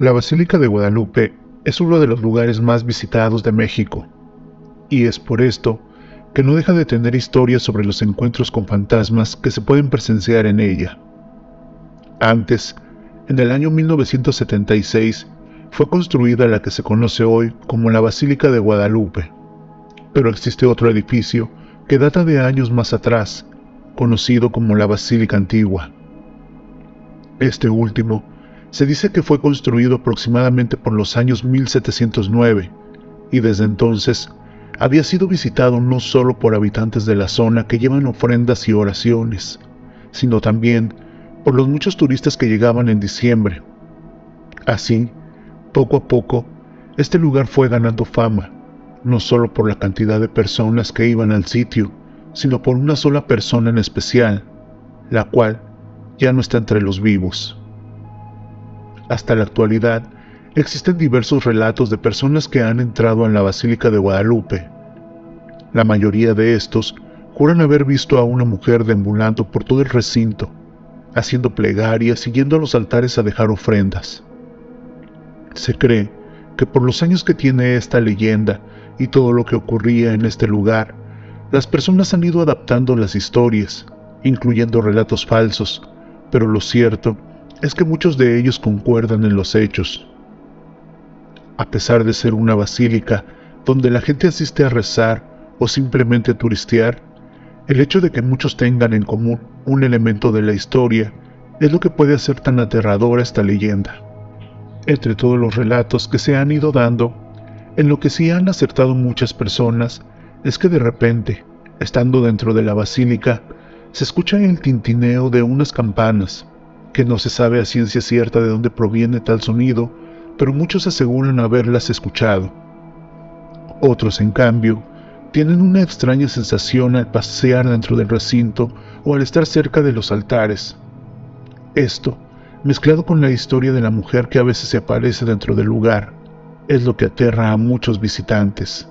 La Basílica de Guadalupe es uno de los lugares más visitados de México, y es por esto que no deja de tener historias sobre los encuentros con fantasmas que se pueden presenciar en ella. Antes, en el año 1976, fue construida la que se conoce hoy como la Basílica de Guadalupe, pero existe otro edificio que data de años más atrás, conocido como la Basílica Antigua. Este último se dice que fue construido aproximadamente por los años 1709 y desde entonces había sido visitado no solo por habitantes de la zona que llevan ofrendas y oraciones, sino también por los muchos turistas que llegaban en diciembre. Así, poco a poco, este lugar fue ganando fama, no solo por la cantidad de personas que iban al sitio, sino por una sola persona en especial, la cual ya no está entre los vivos. Hasta la actualidad, existen diversos relatos de personas que han entrado en la Basílica de Guadalupe. La mayoría de estos juran haber visto a una mujer deambulando por todo el recinto, haciendo plegarias y yendo a los altares a dejar ofrendas. Se cree que por los años que tiene esta leyenda y todo lo que ocurría en este lugar, las personas han ido adaptando las historias, incluyendo relatos falsos, pero lo cierto es que muchos de ellos concuerdan en los hechos. A pesar de ser una basílica donde la gente asiste a rezar o simplemente a turistear, el hecho de que muchos tengan en común un elemento de la historia es lo que puede hacer tan aterradora esta leyenda. Entre todos los relatos que se han ido dando, en lo que sí han acertado muchas personas es que de repente, estando dentro de la basílica, se escucha el tintineo de unas campanas, que no se sabe a ciencia cierta de dónde proviene tal sonido, pero muchos aseguran haberlas escuchado. Otros, en cambio, tienen una extraña sensación al pasear dentro del recinto o al estar cerca de los altares. Esto, mezclado con la historia de la mujer que a veces se aparece dentro del lugar, es lo que aterra a muchos visitantes.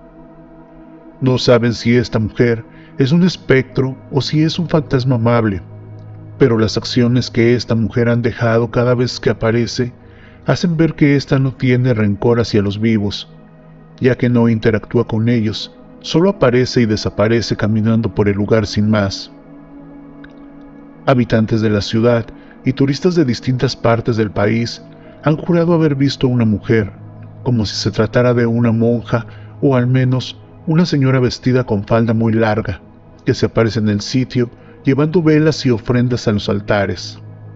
No saben si esta mujer es un espectro o si es un fantasma amable, pero las acciones que esta mujer han dejado cada vez que aparece hacen ver que ésta no tiene rencor hacia los vivos, ya que no interactúa con ellos, solo aparece y desaparece caminando por el lugar sin más. Habitantes de la ciudad y turistas de distintas partes del país han jurado haber visto una mujer, como si se tratara de una monja o al menos una señora vestida con falda muy larga, que se aparece en el sitio llevando velas y ofrendas a los altares.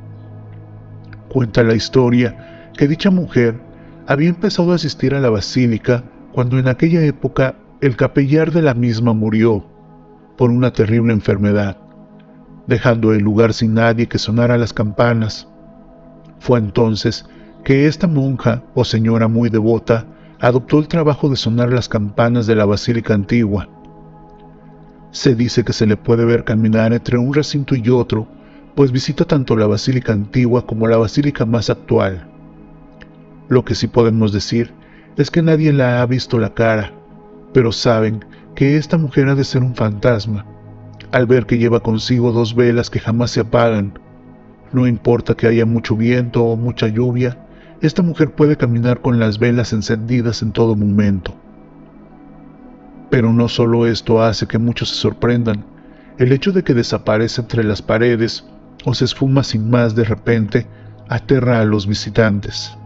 Cuenta la historia que dicha mujer había empezado a asistir a la basílica cuando en aquella época el capellar de la misma murió por una terrible enfermedad, dejando el lugar sin nadie que sonara las campanas. Fue entonces que esta monja o señora muy devota adoptó el trabajo de sonar las campanas de la Basílica Antigua. Se dice que se le puede ver caminar entre un recinto y otro, pues visita tanto la Basílica Antigua como la Basílica más actual. Lo que sí podemos decir es que nadie la ha visto la cara, pero saben que esta mujer ha de ser un fantasma, al ver que lleva consigo dos velas que jamás se apagan. No importa que haya mucho viento o mucha lluvia, esta mujer puede caminar con las velas encendidas en todo momento. Pero no solo esto hace que muchos se sorprendan, el hecho de que desaparece entre las paredes o se esfuma sin más de repente aterra a los visitantes.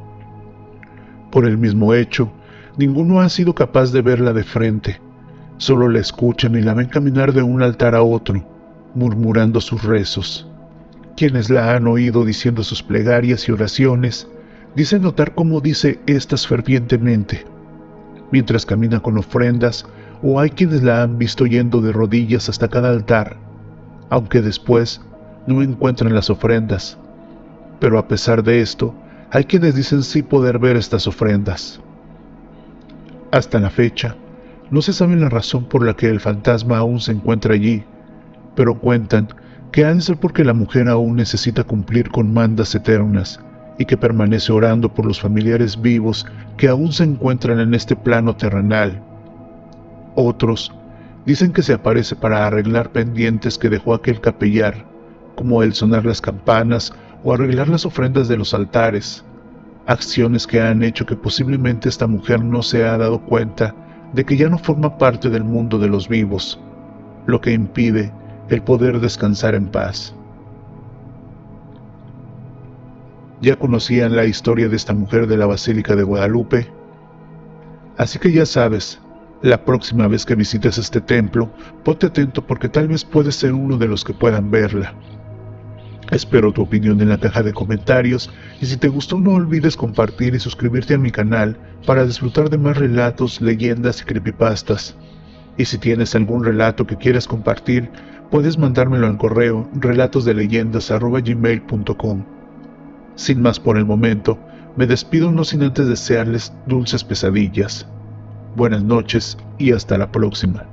Por el mismo hecho, ninguno ha sido capaz de verla de frente, solo la escuchan y la ven caminar de un altar a otro, murmurando sus rezos. Quienes la han oído diciendo sus plegarias y oraciones, dicen notar cómo dice estas fervientemente, mientras camina con ofrendas, o hay quienes la han visto yendo de rodillas hasta cada altar, aunque después no encuentran las ofrendas. Pero a pesar de esto, hay quienes dicen sí poder ver estas ofrendas. Hasta la fecha, no se sabe la razón por la que el fantasma aún se encuentra allí, pero cuentan que ha de ser porque la mujer aún necesita cumplir con mandas eternas y que permanece orando por los familiares vivos que aún se encuentran en este plano terrenal. Otros dicen que se aparece para arreglar pendientes que dejó aquel capellar, como el sonar las campanas o arreglar las ofrendas de los altares. acciones que han hecho que posiblemente esta mujer no se ha dado cuenta de que ya no forma parte del mundo de los vivos, lo que impide el poder descansar en paz. Ya conocían la historia de esta mujer de la Basílica de Guadalupe, así que ya sabes, la próxima vez que visites este templo, ponte atento porque tal vez puedes ser uno de los que puedan verla. Espero tu opinión en la caja de comentarios y si te gustó no olvides compartir y suscribirte a mi canal para disfrutar de más relatos, leyendas y creepypastas. Y si tienes algún relato que quieras compartir, puedes mandármelo al correo relatosdeleyendas@gmail.com. Sin más por el momento, me despido no sin antes desearles dulces pesadillas. Buenas noches y hasta la próxima.